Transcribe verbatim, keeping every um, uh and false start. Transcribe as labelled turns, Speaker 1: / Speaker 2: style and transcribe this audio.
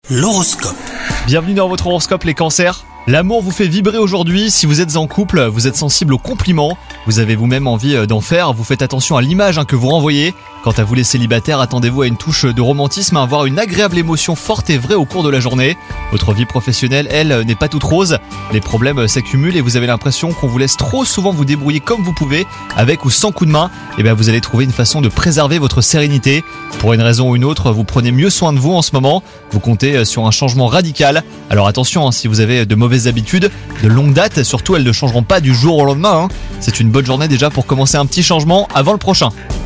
Speaker 1: L'horoscope.
Speaker 2: Bienvenue dans votre horoscope les cancers. L'amour vous fait vibrer aujourd'hui, si vous êtes en couple, vous êtes sensible aux compliments, vous avez vous-même envie d'en faire, vous faites attention à l'image que vous renvoyez. Quant à vous les célibataires, attendez-vous à une touche de romantisme, à avoir une agréable émotion forte et vraie au cours de la journée. Votre vie professionnelle, elle, n'est pas toute rose, les problèmes s'accumulent et vous avez l'impression qu'on vous laisse trop souvent vous débrouiller comme vous pouvez, avec ou sans coup de main. Et bien vous allez trouver une façon de préserver votre sérénité. Pour une raison ou une autre, vous prenez mieux soin de vous en ce moment, vous comptez sur un changement radical. Alors attention, hein, si vous avez de mauvaises habitudes, de longue date, surtout elles ne changeront pas du jour au lendemain. Hein. C'est une bonne journée déjà pour commencer un petit changement avant le prochain.